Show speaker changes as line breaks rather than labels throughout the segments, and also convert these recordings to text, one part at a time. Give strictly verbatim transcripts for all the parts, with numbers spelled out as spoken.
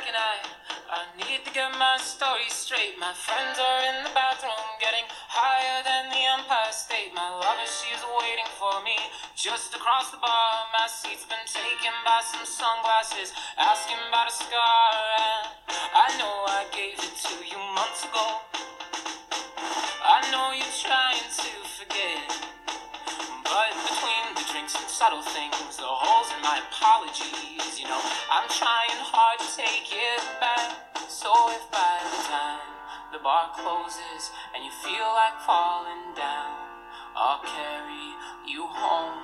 and I, I need to get my story straight. My friends are in the bathroom getting higher than the Empire State. My lover, she's waiting for me just across the bar. My seat's been taken by some sunglasses asking about a scar. And I know I gave it to you months ago. I know you're trying to forget, but between the drinks and subtle things, the holes in my apologies, you know, I'm trying hard to take it back. So if by the time the bar closes and you feel like falling down, I'll carry you home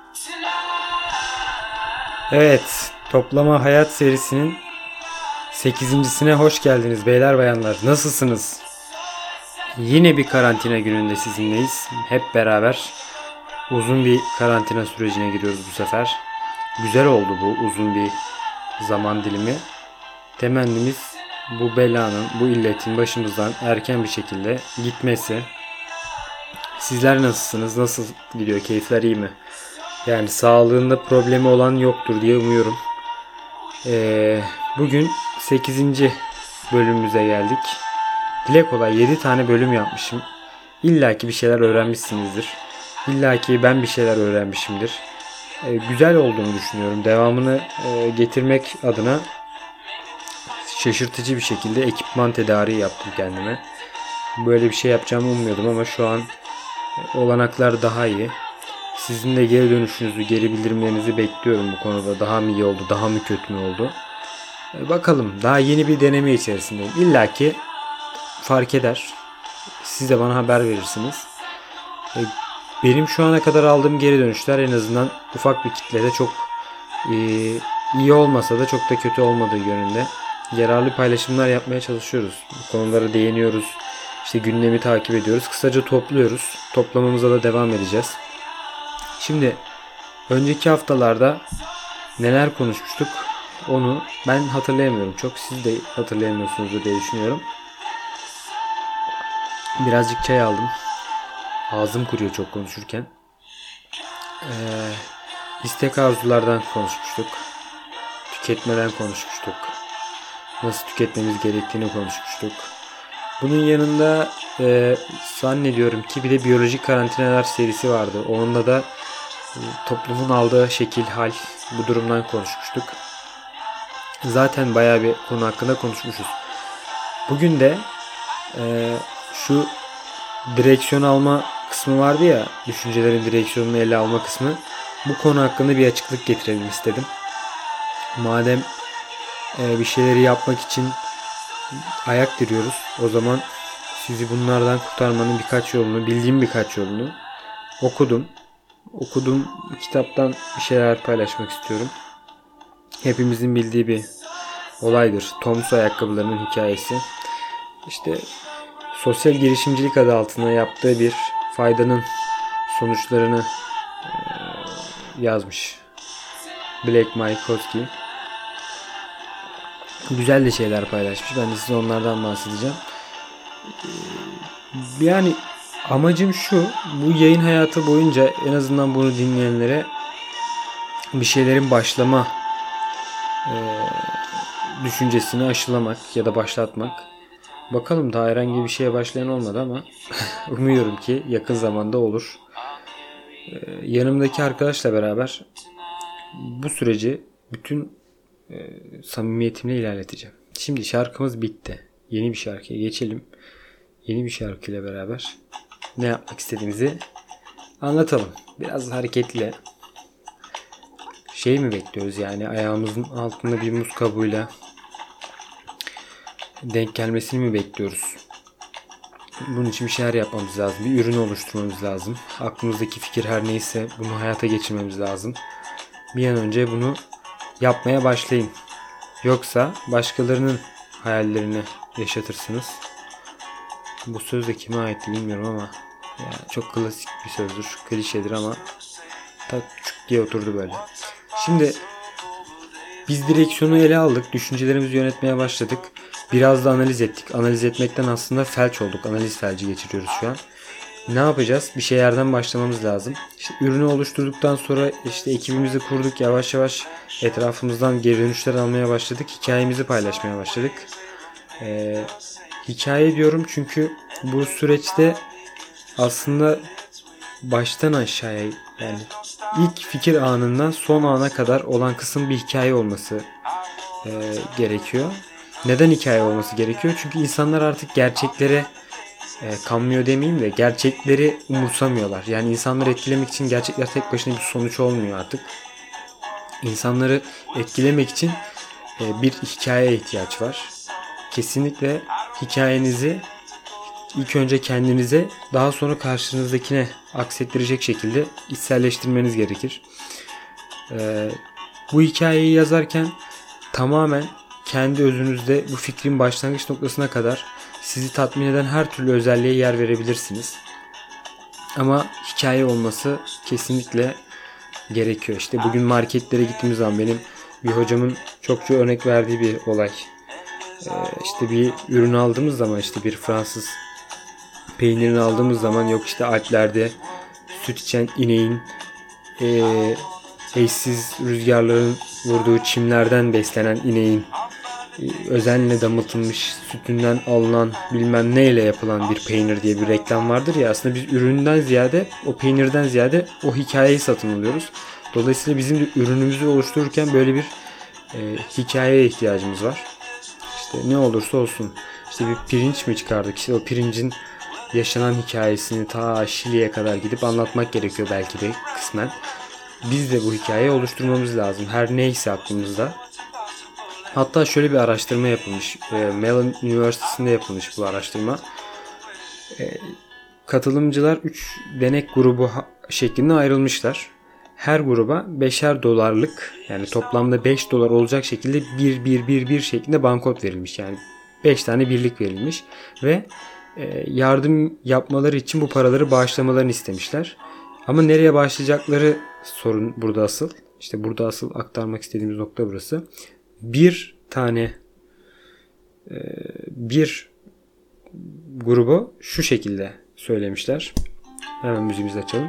tonight.
Evet, Toplama Hayat serisinin sekizincisine hoş geldiniz beyler bayanlar. Nasılsınız? Yine bir karantina gününde sizinleyiz. Hep beraber uzun bir karantina sürecine giriyoruz bu sefer. Güzel oldu bu uzun bir zaman dilimi. Temennimiz bu belanın, bu illetin başımızdan erken bir şekilde gitmesi. Sizler nasılsınız? Nasıl gidiyor? Keyifler iyi mi? Yani sağlığında problemi olan yoktur diye umuyorum. Ee, bugün sekizinci bölümümüze geldik. Dile kolay yedi tane bölüm yapmışım. İlla ki bir şeyler öğrenmişsinizdir. İlla ki ben bir şeyler öğrenmişimdir. Ee, güzel olduğunu düşünüyorum. Devamını e, getirmek adına şaşırtıcı bir şekilde ekipman tedariği yaptım kendime. Böyle bir şey yapacağımı ummuyordum ama şu an olanaklar daha iyi. Sizin de geri dönüşünüzü, geri bildirimlerinizi bekliyorum bu konuda. Daha mı iyi oldu, daha mı kötü mü oldu? Ee, bakalım, daha yeni bir deneme içerisindeyim. İlla ki fark eder. Siz de bana haber verirsiniz. Ee, benim şu ana kadar aldığım geri dönüşler en azından ufak bir kitlede çok e, iyi olmasa da çok da kötü olmadığı yönünde. Yararlı paylaşımlar yapmaya çalışıyoruz. Bu konulara değiniyoruz. İşte gündemi takip ediyoruz. Kısaca topluyoruz. Toplamamıza da devam edeceğiz. Şimdi önceki haftalarda neler konuşmuştuk onu ben hatırlayamıyorum çok. Siz de hatırlayamıyorsunuzdur diye düşünüyorum. Birazcık çay aldım. Ağzım kuruyor çok konuşurken. Ee, istek arzulardan konuşmuştuk. Tüketmeden konuşmuştuk. Nasıl tüketmemiz gerektiğini konuşmuştuk. Bunun yanında e, zannediyorum ki bir de biyolojik karantinalar serisi vardı. Onunla da e, toplumun aldığı şekil, hal, bu durumdan konuşmuştuk. Zaten bayağı bir konu hakkında konuşmuşuz. Bugün de e, şu direksiyon alma kısmı vardı ya, düşüncelerin direksiyonunu ele alma kısmı. Bu konu hakkında bir açıklık getirelim istedim. Madem e, bir şeyleri yapmak için ayak diriyoruz, o zaman sizi bunlardan kurtarmanın birkaç yolunu, bildiğim birkaç yolunu okudum. Okuduğum kitaptan bir şeyler paylaşmak istiyorum. Hepimizin bildiği bir olaydır. Toms ayakkabılarının hikayesi. İşte sosyal girişimcilik adı altında yaptığı bir faydanın sonuçlarını yazmış Blake Mycoskie. Güzel de şeyler paylaşmış. Ben de size onlardan bahsedeceğim. Yani amacım şu, bu yayın hayatı boyunca en azından bunu dinleyenlere bir şeylerin başlama e, düşüncesini aşılamak ya da başlatmak. Bakalım, daha herhangi bir şeye başlayan olmadı ama umuyorum ki yakın zamanda olur. E, yanımdaki arkadaşla beraber bu süreci bütün e, samimiyetimle ilerleteceğim. Şimdi şarkımız bitti. Yeni bir şarkıya geçelim. Yeni bir şarkıyla beraber ne yapmak istediğimizi anlatalım. Biraz hareketli. Şey mi bekliyoruz yani, ayağımızın altında bir muz kabuğuyla denk gelmesini mi bekliyoruz? Bunun için bir şeyler yapmamız lazım. Bir ürün oluşturmamız lazım. Aklımızdaki fikir her neyse bunu hayata geçirmemiz lazım. Bir an önce bunu yapmaya başlayın. Yoksa başkalarının hayallerini yaşatırsınız. Bu söz de kime aitti bilmiyorum ama yani çok klasik bir sözdür, klişedir ama tak çuk diye oturdu böyle. Şimdi biz direksiyonu ele aldık, düşüncelerimizi yönetmeye başladık. Biraz da analiz ettik. Analiz etmekten aslında felç olduk. Analiz felci geçiriyoruz şu an. ne yapacağız? Bir şeylerden başlamamız lazım. İşte ürünü oluşturduktan sonra işte ekibimizi kurduk. Yavaş yavaş etrafımızdan geri dönüşler almaya başladık. Hikayemizi paylaşmaya başladık. Ee, hikaye diyorum çünkü bu süreçte aslında baştan aşağıya, yani ilk fikir anından son ana kadar olan kısım bir hikaye olması e, gerekiyor. Neden hikaye olması gerekiyor? Çünkü insanlar artık gerçeklere e, kanmıyor demeyeyim de gerçekleri umursamıyorlar. Yani insanları etkilemek için gerçekler tek başına bir sonuç olmuyor artık. İnsanları etkilemek için e, bir hikayeye ihtiyaç var. Kesinlikle hikayenizi ilk önce kendinize, daha sonra karşınızdakine aksettirecek şekilde içselleştirmeniz gerekir. Ee, bu hikayeyi yazarken tamamen kendi özünüzde bu fikrin başlangıç noktasına kadar sizi tatmin eden her türlü özelliğe yer verebilirsiniz. Ama hikaye olması kesinlikle gerekiyor. İşte bugün marketlere gittiğimiz zaman benim bir hocamın çokça örnek verdiği bir olay. Ee, işte bir ürün aldığımız zaman, işte bir Fransız peynirini aldığımız zaman, yok işte Alplerde süt içen ineğin e, eşsiz rüzgarların vurduğu çimlerden beslenen ineğin e, özenle damıtılmış sütünden alınan bilmem neyle yapılan bir peynir diye bir reklam vardır ya, aslında biz üründen ziyade, o peynirden ziyade o hikayeyi satın alıyoruz. Dolayısıyla bizim de ürünümüzü oluştururken böyle bir e, hikayeye ihtiyacımız var. İşte ne olursa olsun, işte bir pirinç mi çıkardık, işte o pirincin yaşanan hikayesini ta Şili'ye kadar gidip anlatmak gerekiyor belki de kısmen. Biz de bu hikayeyi oluşturmamız lazım. Her neyse aklımızda. Hatta şöyle bir araştırma yapılmış. Mellon Üniversitesi'nde yapılmış bu araştırma. Katılımcılar üç denek grubu şeklinde ayrılmışlar. Her gruba beşer dolarlık, yani toplamda beş dolar olacak şekilde bir bir bir bir şeklinde banknot verilmiş. Yani beş tane birlik verilmiş ve yardım yapmaları için bu paraları bağışlamalarını istemişler. Ama nereye bağışlayacakları sorun burada asıl. İşte burada asıl aktarmak istediğimiz nokta burası. Bir tane bir grubu şu şekilde söylemişler. Hemen müziğimizi açalım.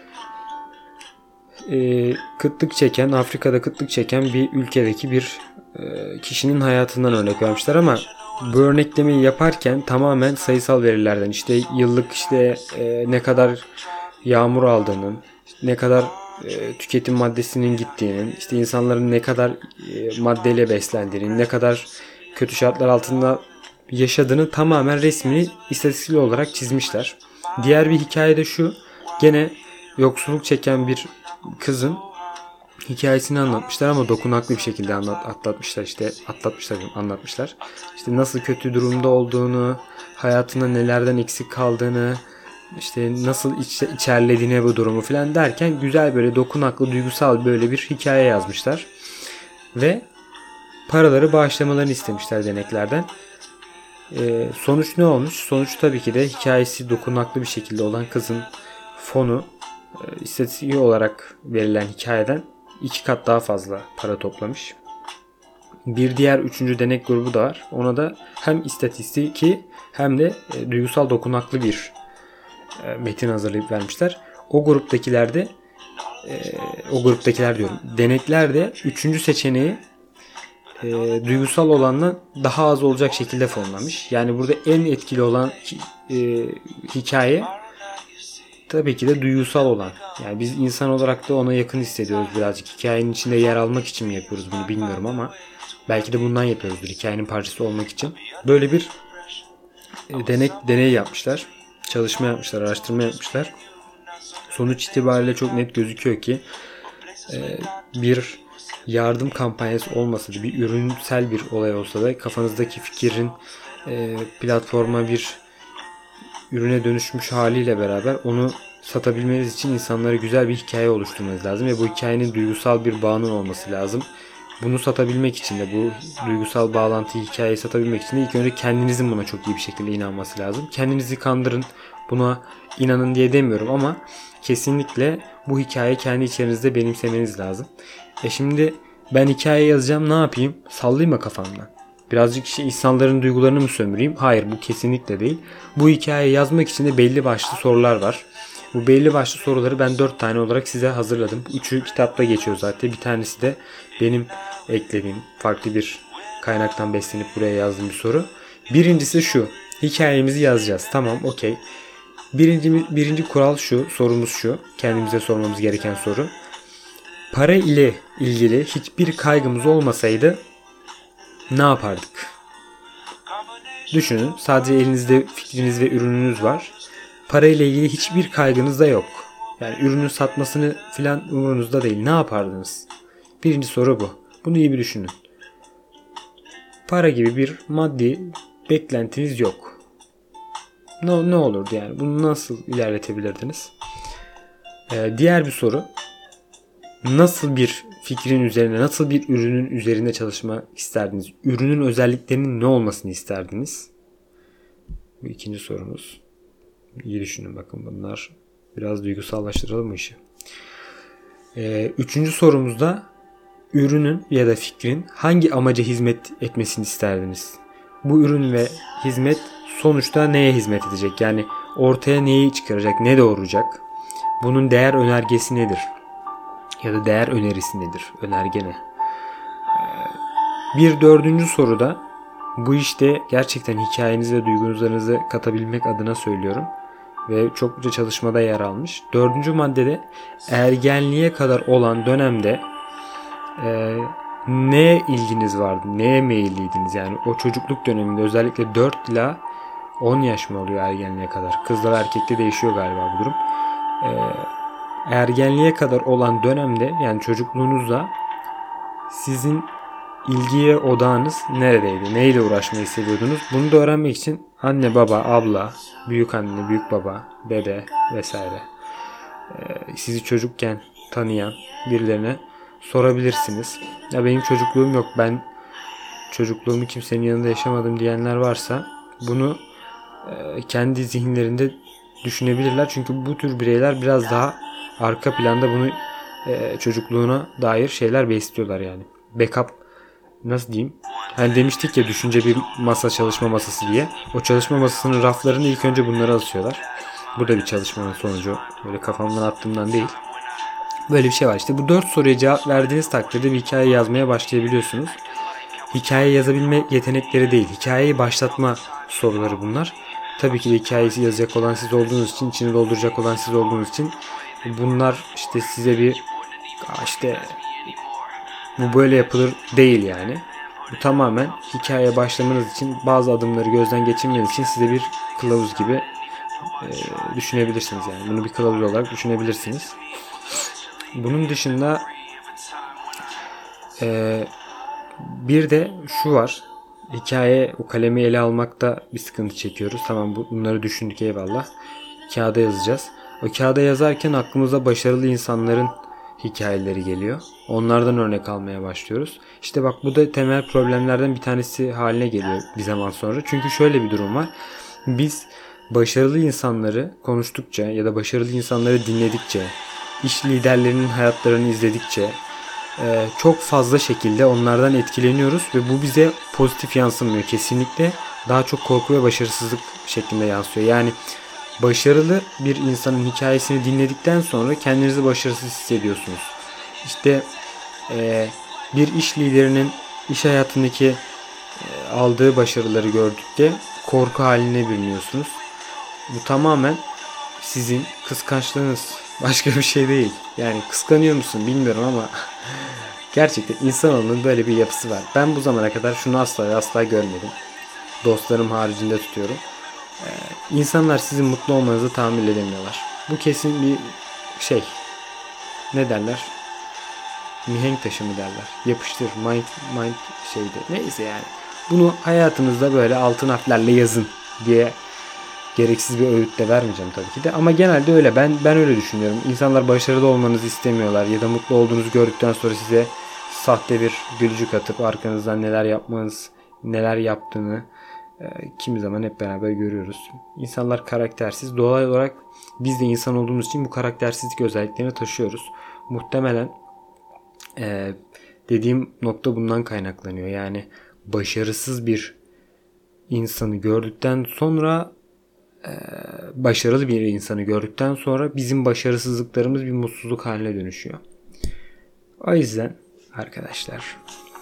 Kıtlık çeken, Afrika'da kıtlık çeken bir ülkedeki bir kişinin hayatından örnek vermişler ama bu örneklemeyi yaparken tamamen sayısal verilerden, işte yıllık işte e, ne kadar yağmur aldığının, işte ne kadar e, tüketim maddesinin gittiğinin, işte insanların ne kadar e, maddeyle beslendiğinin, ne kadar kötü şartlar altında yaşadığını tamamen resmini istatistiksel olarak çizmişler. Diğer bir hikaye de şu, gene yoksulluk çeken bir kızın hikayesini anlatmışlar ama dokunaklı bir şekilde anlat, atlatmışlar işte atlatmışlar anlatmışlar. İşte nasıl kötü durumda olduğunu, hayatında nelerden eksik kaldığını, işte nasıl iç, içerlediğine bu durumu falan derken güzel böyle dokunaklı, duygusal böyle bir hikaye yazmışlar. Ve paraları bağışlamalarını istemişler deneklerden. Ee, sonuç ne olmuş? Sonuç tabii ki de hikayesi dokunaklı bir şekilde olan kızın fonu e, istatistik olarak verilen hikayeden iki kat daha fazla para toplamış. Bir diğer üçüncü denek grubu da var. Ona da hem istatistiki hem de e, duygusal dokunaklı bir e, metin hazırlayıp vermişler. O gruptakiler de e, o gruptakiler diyorum. Denekler de üçüncü seçeneği e, duygusal olanla daha az olacak şekilde fonlamış. Yani burada en etkili olan e, hikaye tabii ki de duygusal olan. Yani biz insan olarak da ona yakın hissediyoruz birazcık. Hikayenin içinde yer almak için mi yapıyoruz bunu bilmiyorum ama belki de bundan yapıyoruzdur. Hikayenin parçası olmak için. Böyle bir denek deney yapmışlar. Çalışma yapmışlar, araştırma yapmışlar. Sonuç itibariyle çok net gözüküyor ki bir yardım kampanyası olmasa da, bir ürünsel bir olay olsa da kafanızdaki fikrin platforma bir ürüne dönüşmüş haliyle beraber onu satabilmeniz için insanlara güzel bir hikaye oluşturmanız lazım ve bu hikayenin duygusal bir bağının olması lazım. Bunu satabilmek için de, bu duygusal bağlantıyı, hikayeyi satabilmek için de ilk önce kendinizin buna çok iyi bir şekilde inanması lazım. Kendinizi kandırın, buna inanın diye demiyorum ama kesinlikle bu hikayeyi kendi içerinizde benimsemeniz lazım. E şimdi ben hikaye yazacağım, ne yapayım? Sallayayım mı kafamdan? Birazcık işte insanların duygularını mı sömüreyim? Hayır, bu kesinlikle değil. Bu hikayeyi yazmak için de belli başlı sorular var. Bu belli başlı soruları ben dört tane olarak size hazırladım. Üçü kitapta geçiyor zaten. Bir tanesi de benim eklediğim farklı bir kaynaktan beslenip buraya yazdığım bir soru. Birincisi şu. Hikayemizi yazacağız. Tamam, okey. Birinci, birinci kural şu. Sorumuz şu. Kendimize sormamız gereken soru. Para ile ilgili hiçbir kaygımız olmasaydı ne yapardık? Düşünün. Sadece elinizde fikriniz ve ürününüz var. Para ile ilgili hiçbir kaygınız da yok. Yani ürünün satmasını filan umurunuzda değil. Ne yapardınız? Birinci soru bu. Bunu iyi bir düşünün. Para gibi bir maddi beklentiniz yok. Ne, ne olurdu yani? Bunu nasıl ilerletebilirdiniz? Ee, diğer bir soru. Nasıl bir fikrin üzerine, nasıl bir ürünün üzerinde çalışmak isterdiniz? Ürünün özelliklerinin ne olmasını isterdiniz? Bu ikinci sorumuz. İyi düşünün bakın, bunlar. Biraz duygusallaştıralım mı işi? Ee, üçüncü sorumuzda ürünün ya da fikrin hangi amaca hizmet etmesini isterdiniz? Bu ürün ve hizmet sonuçta neye hizmet edecek? Yani ortaya neyi çıkaracak, ne doğuracak? Bunun değer önergesi nedir? Ya da değer önerisi nedir? Önerge ne? Bir dördüncü soruda bu işte gerçekten hikayenizi ve duygularınızı katabilmek adına söylüyorum. Ve çokça çalışmada yer almış. Dördüncü maddede ergenliğe kadar olan dönemde e, neye ilginiz vardı? Neye meyilliydiniz? Yani o çocukluk döneminde özellikle dört ila on yaş mı oluyor ergenliğe kadar? Kızlar erkekte değişiyor galiba bu durum. E, ergenliğe kadar olan dönemde, yani çocukluğunuzda sizin ilgiye odağınız neredeydi? Neyle uğraşmayı seviyordunuz? Bunu da öğrenmek için anne, baba, abla, büyük anne, büyük baba, dede vesaire ee, sizi çocukken tanıyan birilerine sorabilirsiniz. Ya benim çocukluğum yok, ben çocukluğumu kimsenin yanında yaşamadım diyenler varsa bunu e, kendi zihinlerinde düşünebilirler. Çünkü bu tür bireyler biraz daha arka planda bunu e, çocukluğuna dair şeyler besliyorlar yani. Backup, nasıl diyeyim? Hani demiştik ya, düşünce bir masa, çalışma masası diye. O çalışma masasının raflarını ilk önce bunları asıyorlar. Bu da bir çalışmanın sonucu. Böyle kafamdan attığımdan değil. Böyle bir şey var. İşte bu dört soruya cevap verdiğiniz takdirde bir hikaye yazmaya başlayabiliyorsunuz. Hikaye yazabilme yetenekleri değil, hikayeyi başlatma soruları bunlar. Tabii ki de hikayesi yazacak olan siz olduğunuz için, içini dolduracak olan siz olduğunuz için bunlar işte size bir işte bu böyle yapılır değil yani. Bu tamamen hikayeye başlamanız için, bazı adımları gözden geçirmeniz için size bir kılavuz gibi e, düşünebilirsiniz yani. Bunu bir kılavuz olarak düşünebilirsiniz. Bunun dışında e, bir de şu var. Hikaye, o kalemi ele almakta bir sıkıntı çekiyoruz. Tamam, bunları düşündük, eyvallah. Kağıda yazacağız. O kağıda yazarken aklımıza başarılı insanların hikayeleri geliyor. Onlardan örnek almaya başlıyoruz. İşte bak, bu da temel problemlerden bir tanesi haline geliyor bir zaman sonra. Çünkü şöyle bir durum var. Biz başarılı insanları konuştukça ya da başarılı insanları dinledikçe, iş liderlerinin hayatlarını izledikçe çok fazla şekilde onlardan etkileniyoruz ve bu bize pozitif yansımıyor kesinlikle. Daha çok korku ve başarısızlık şeklinde yansıyor. Yani başarılı bir insanın hikayesini dinledikten sonra kendinizi başarısız hissediyorsunuz. İşte e, bir iş liderinin iş hayatındaki e, aldığı başarıları gördükçe korku haline bürünüyorsunuz. Bu tamamen sizin kıskançlığınız. Başka bir şey değil. Yani kıskanıyor musun bilmiyorum ama gerçekten insanoğlunun böyle bir yapısı var. Ben bu zamana kadar şunu asla ve asla görmedim. Dostlarım haricinde tutuyorum. Ee, insanlar sizin mutlu olmanızı tahammül edemiyorlar. Bu kesin bir şey. Ne derler? Mihenk taşı mı derler? Yapıştır. Mind, mind şeydi. Neyse yani. Bunu hayatınızda böyle altın harflerle yazın diye gereksiz bir öğüt de vermeyeceğim tabii ki de. Ama genelde öyle. Ben ben öyle düşünüyorum. İnsanlar başarılı olmanızı istemiyorlar. Ya da mutlu olduğunuzu gördükten sonra size sahte bir gülücük atıp arkanızdan neler yapmanız, neler yaptığını e, kimi zaman hep beraber görüyoruz. İnsanlar karaktersiz. Doğal olarak biz de insan olduğumuz için bu karaktersizlik özelliklerini taşıyoruz. Muhtemelen e, dediğim nokta bundan kaynaklanıyor. Yani başarısız bir insanı gördükten sonra e, başarılı bir insanı gördükten sonra bizim başarısızlıklarımız bir mutsuzluk haline dönüşüyor. O yüzden arkadaşlar,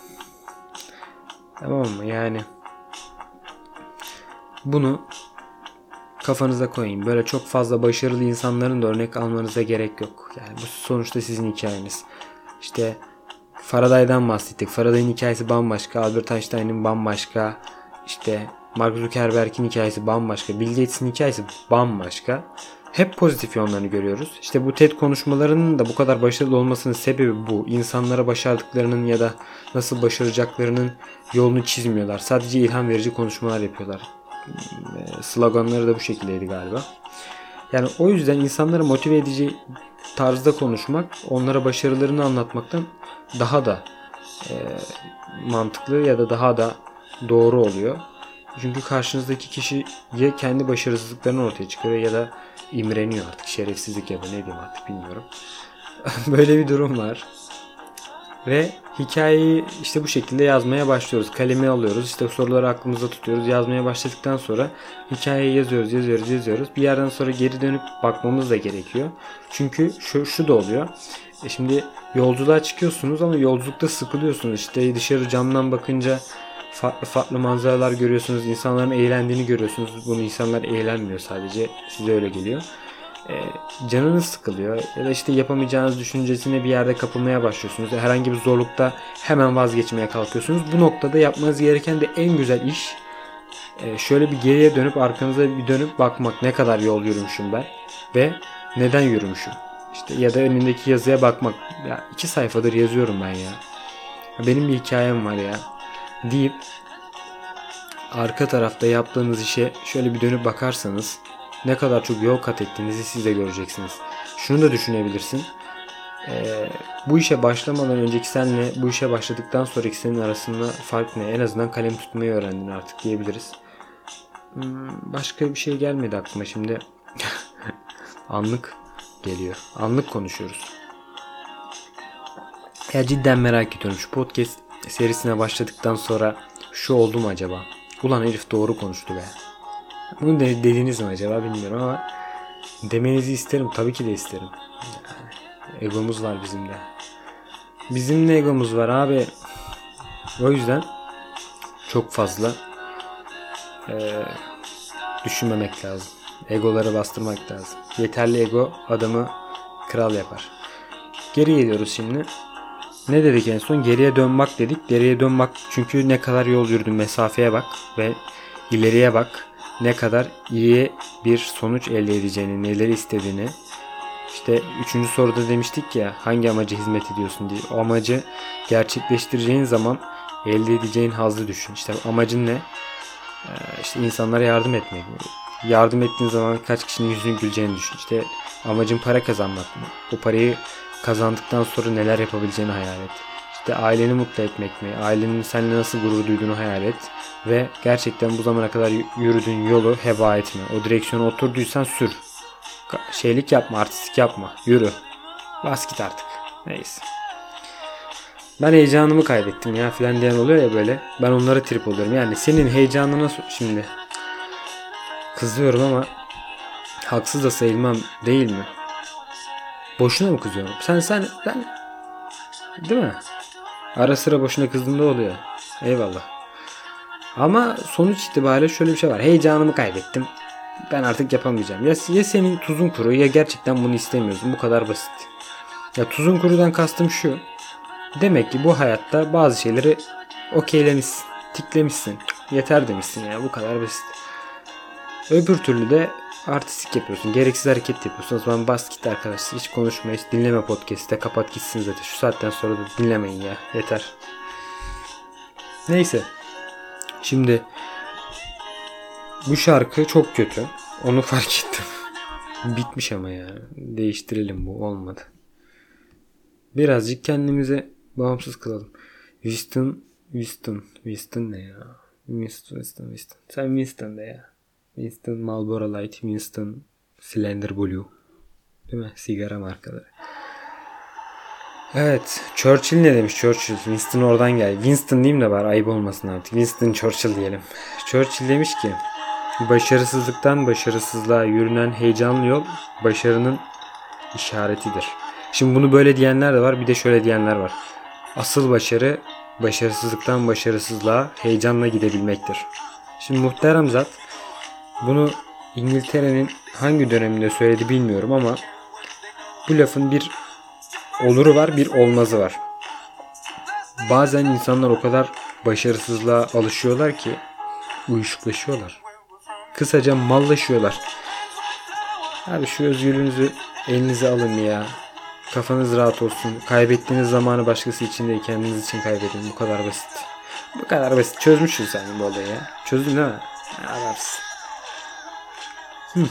tamam mı? Yani bunu kafanıza koyun. Böyle çok fazla başarılı insanların da örnek almanıza gerek yok. Yani bu sonuçta sizin hikayeniz. İşte Faraday'dan bahsettik. Faraday'ın hikayesi bambaşka. Albert Einstein'ın bambaşka. İşte Mark Zuckerberg'in hikayesi bambaşka. Bill Gates'in hikayesi bambaşka. Hep pozitif yönlerini görüyoruz. İşte bu TED konuşmalarının da bu kadar başarılı olmasının sebebi bu. İnsanlara başardıklarının ya da nasıl başaracaklarının yolunu çizmiyorlar. Sadece ilham verici konuşmalar yapıyorlar. Sloganları da bu şekildeydi galiba. Yani o yüzden insanları motive edici tarzda konuşmak, onlara başarılarını anlatmaktan daha da e, mantıklı ya da daha da doğru oluyor. Çünkü karşınızdaki kişi ya kendi başarısızlıklarını ortaya çıkarıyor ya da imreniyor artık. Şerefsizlik ya da ne diyeyim artık bilmiyorum. Böyle bir durum var. Ve hikayeyi işte bu şekilde yazmaya başlıyoruz. Kalemi alıyoruz. İşte soruları aklımızda tutuyoruz. Yazmaya başladıktan sonra hikayeyi yazıyoruz, yazıyoruz, yazıyoruz. Bir yerden sonra geri dönüp bakmamız da gerekiyor. Çünkü şu, şu da oluyor. E şimdi yolculuğa çıkıyorsunuz ama yolculukta sıkılıyorsunuz. İşte dışarı camdan bakınca farklı farklı manzaralar görüyorsunuz. İnsanların eğlendiğini görüyorsunuz. Bunu insanlar eğlenmiyor sadece. Size öyle geliyor. E, canınız sıkılıyor ya da işte yapamayacağınız düşüncesine bir yerde kapılmaya başlıyorsunuz. Herhangi bir zorlukta hemen vazgeçmeye kalkıyorsunuz. Bu noktada yapmanız gereken de en güzel iş e, şöyle bir geriye dönüp arkanıza bir dönüp bakmak. Ne kadar yol yürümüşüm ben ve neden yürümüşüm? İşte ya da önündeki yazıya bakmak. Ya iki sayfadır yazıyorum ben ya. Benim bir hikayem var ya deyip arka tarafta yaptığınız işe şöyle bir dönüp bakarsanız ne kadar çok yol kat ettiğinizi siz de göreceksiniz. Şunu da düşünebilirsin. Ee, bu işe başlamadan önceki senle bu işe başladıktan sonraki senin arasında fark ne? En azından kalem tutmayı öğrendin artık diyebiliriz. Hmm, başka bir şey gelmedi aklıma şimdi. Anlık geliyor. Anlık konuşuyoruz. Ya cidden merak ediyorum. Şu podcast serisine başladıktan sonra şu oldu mu acaba? Ulan herif doğru konuştu be. Bunu de dediniz mi acaba bilmiyorum ama demenizi isterim. Tabii ki de isterim. Yani, egomuz var bizim de. Bizim de egomuz var abi. O yüzden çok fazla e, düşünmemek lazım. Egoları bastırmak lazım. Yeterli ego adamı kral yapar. Geri geliyoruz şimdi. Ne dedik en son? Geriye dönmek dedik. Geriye dönmek çünkü ne kadar yol yürüdün mesafeye bak ve ileriye bak. Ne kadar iyi bir sonuç elde edeceğini, neleri istediğini. İşte üçüncü soruda demiştik ya hangi amaca hizmet ediyorsun diye. O amacı gerçekleştireceğin zaman elde edeceğin hazzı düşün. İşte amacın ne? Ee, işte insanlara yardım etmek. Yardım ettiğin zaman kaç kişinin yüzünü güleceğini düşün. İşte amacın para kazanmak mı? O parayı kazandıktan sonra neler yapabileceğini hayal et. İşte aileni mutlu etmek mi? Ailenin seninle nasıl gurur duyduğunu hayal et. Ve gerçekten bu zamana kadar yürüdüğün yolu heba etme. O direksiyona oturduysan sür. Şeylik yapma, artistik yapma. Yürü. Bas git artık. Neyse. Ben heyecanımı kaybettim ya filan diyen oluyor ya böyle. Ben onlara trip oluyorum. Yani senin heyecanına şimdi kızıyorum ama haksız da sayılmam değil mi? Boşuna mı kızıyorum? Sen sen ben değil mi? Ara sıra boşuna kızdığımda oluyor. Eyvallah. Ama sonuç itibariyle şöyle bir şey var. Heyecanımı kaybettim. Ben artık yapamayacağım. Ya, ya senin tuzun kuru ya gerçekten bunu istemiyorsun. Bu kadar basit. Ya tuzun kurudan kastım şu. Demek ki bu hayatta bazı şeyleri okeylemişsin. Tiklemişsin. Yeter demişsin ya. Bu kadar basit. Öbür türlü de artistik yapıyorsun. Gereksiz hareket yapıyorsun. O zaman bas git arkadaşlar. Hiç konuşma. Hiç dinleme podcast'te. Kapat gitsin zaten. Şu saatten sonra da dinlemeyin ya. Yeter. Neyse. Şimdi bu şarkı çok kötü. Onu fark ettim. Bitmiş ama ya. Değiştirelim bu. Olmadı. Birazcık kendimize bağımsız kılalım. Winston, Winston, Winston ne ya? Winston, Winston, Winston. Sen Winston de ya. Winston Marlboro Light, Winston Slender Blue. Değil mi? Sigara markaları. Evet. Churchill ne demiş? Churchill. Winston oradan geldi. Winston diyeyim de var. Ayıp olmasın artık. Winston Churchill diyelim. Churchill demiş ki başarısızlıktan başarısızlığa yürünen heyecanlı yol başarının işaretidir. Şimdi bunu böyle diyenler de var. Bir de şöyle diyenler var. Asıl başarı başarısızlıktan başarısızlığa heyecanla gidebilmektir. Şimdi muhterem zat bunu İngiltere'nin hangi döneminde söyledi bilmiyorum ama bu lafın bir oluru var, bir olmazı var. Bazen insanlar o kadar başarısızlığa alışıyorlar ki uyuşuklaşıyorlar. Kısaca mallaşıyorlar. Abi şu özgürlüğünüzü elinize alın ya. Kafanız rahat olsun. Kaybettiğiniz zamanı başkası için değil, kendiniz için kaybedin. Bu kadar basit. Bu kadar basit. Çözmüşsün sen bu olayı ya. Çözdün değil mi? Adamsın. Hı.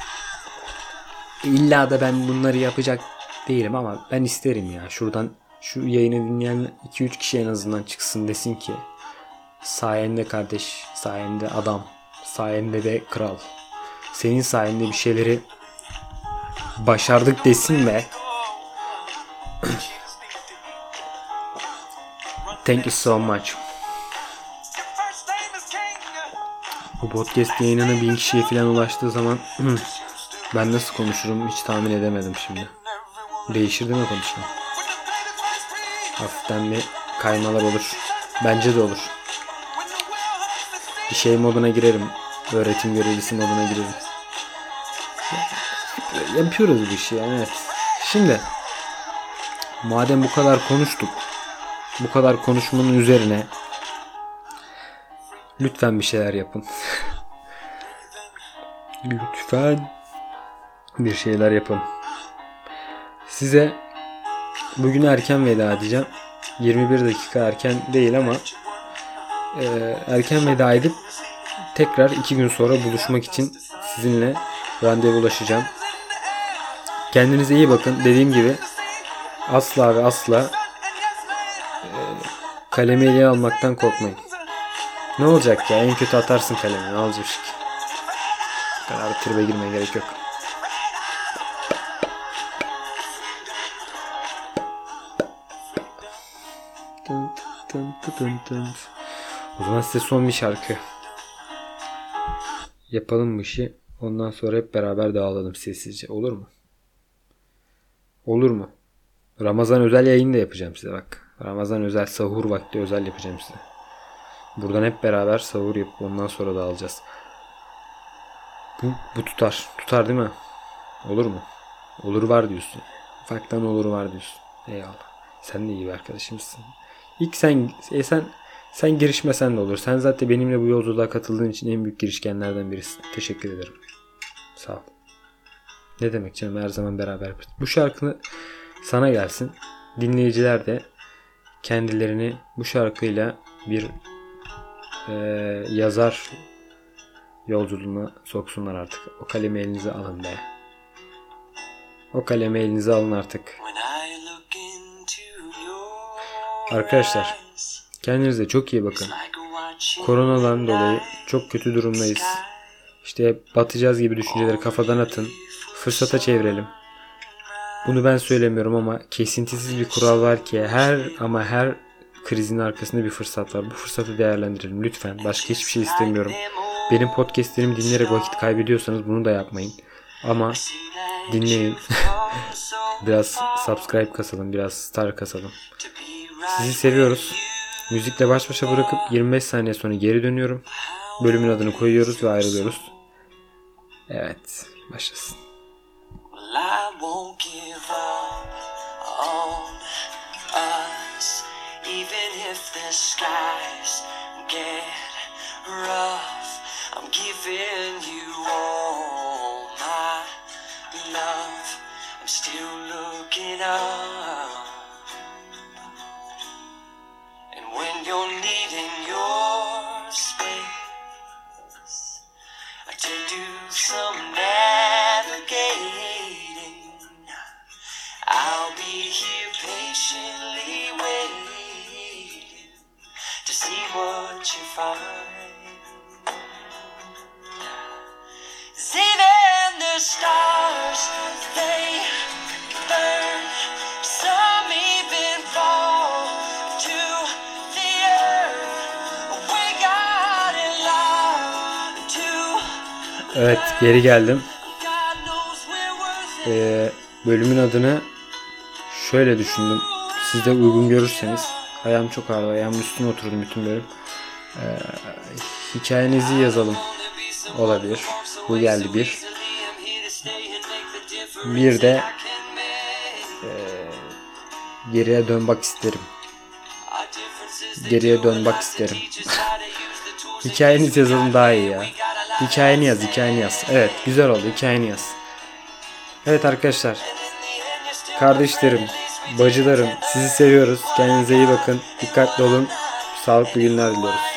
İlla da ben bunları yapacak değilim ama ben isterim ya. Şuradan şu yayını dinleyen iki üç kişi en azından çıksın desin ki sayende kardeş, sayende adam, sayende de kral. Senin sayende bir şeyleri başardık desin ve thank you so much. Bu podcast yayınına bin kişiye falan ulaştığı zaman ben nasıl konuşurum hiç tahmin edemedim şimdi. Değişir değil mi konuşma? Hafiften bir kaymalar olur. Bence de olur. Bir şey moduna girerim. Öğretim görevlisi moduna girerim. Yapıyoruz bu işi yani, evet. Şimdi madem bu kadar konuştuk, bu kadar konuşmanın üzerine lütfen bir şeyler yapın. Lütfen bir şeyler yapın. Size bugün erken veda edeceğim. yirmi bir dakika erken değil ama e, erken veda edip tekrar iki gün sonra buluşmak için sizinle randevulaşacağım. Kendinize iyi bakın. Dediğim gibi asla ve asla e, kalemi eline almaktan korkmayın. Ne olacak ya? En kötü atarsın kalemi. Ne olacak ki? Bu kadar tribe girmeye gerek yok. O zaman size son bir şarkı yapalım bu işi. Ondan sonra hep beraber dağılalım sessizce. Olur mu? Olur mu? Ramazan özel yayını da yapacağım size bak. Ramazan özel sahur vakti özel yapacağım size. Buradan hep beraber sahur yapıp ondan sonra dağılacağız. Bu, bu tutar. Tutar değil mi? Olur mu? Olur var diyorsun. Ufaktan olur var diyorsun. Eyvallah. Sen de iyi bir arkadaşımsın. İlk sen e sen sen girişmesen de olur. Sen zaten benimle bu yolculuğa katıldığın için en büyük girişkenlerden birisin. Teşekkür ederim. Sağ ol. Ne demek canım, her zaman beraber. Bu şarkını sana gelsin. Dinleyiciler de kendilerini bu şarkıyla bir e, yazar yolculuğuna soksunlar artık. O kalemi elinize alın be. O kalemi elinize alın artık. Arkadaşlar kendinize çok iyi bakın. Koronadan dolayı çok kötü durumdayız. İşte batacağız gibi düşünceleri kafadan atın. Fırsata çevirelim. Bunu ben söylemiyorum ama kesintisiz bir kural var ki her ama her krizin arkasında bir fırsat var. Bu fırsatı değerlendirelim lütfen. Başka hiçbir şey istemiyorum. Benim podcastlerimi dinleyerek vakit kaybediyorsanız bunu da yapmayın. Ama dinleyin. Biraz subscribe kasalım, biraz star kasalım. Sizi seviyoruz. Müzikle baş başa bırakıp yirmi beş saniye sonra geri dönüyorum. Bölümün adını koyuyoruz ve ayrılıyoruz. Evet, başlasın.
You're needing your space to do some navigating. I'll be here patiently waiting to see what you find. Even the stars, they burn. Some even
Evet, geri geldim. Ee, bölümün adını şöyle düşündüm. Siz de uygun görürseniz. Ayağım çok ağrıyor. Ayağımın üstüne oturdum bütün bölüm. Ee, hikayenizi yazalım. Olabilir. Bu geldi bir. Bir de e, geriye dönmek isterim. Geriye dönmek isterim. Hikayenizi yazalım daha iyi ya. Hikayeni yaz, hikayeni yaz. Evet, güzel oldu. Hikayeni yaz. Evet arkadaşlar. Kardeşlerim, bacılarım, sizi seviyoruz. Kendinize iyi bakın. Dikkatli olun. Sağlıklı günler diliyoruz.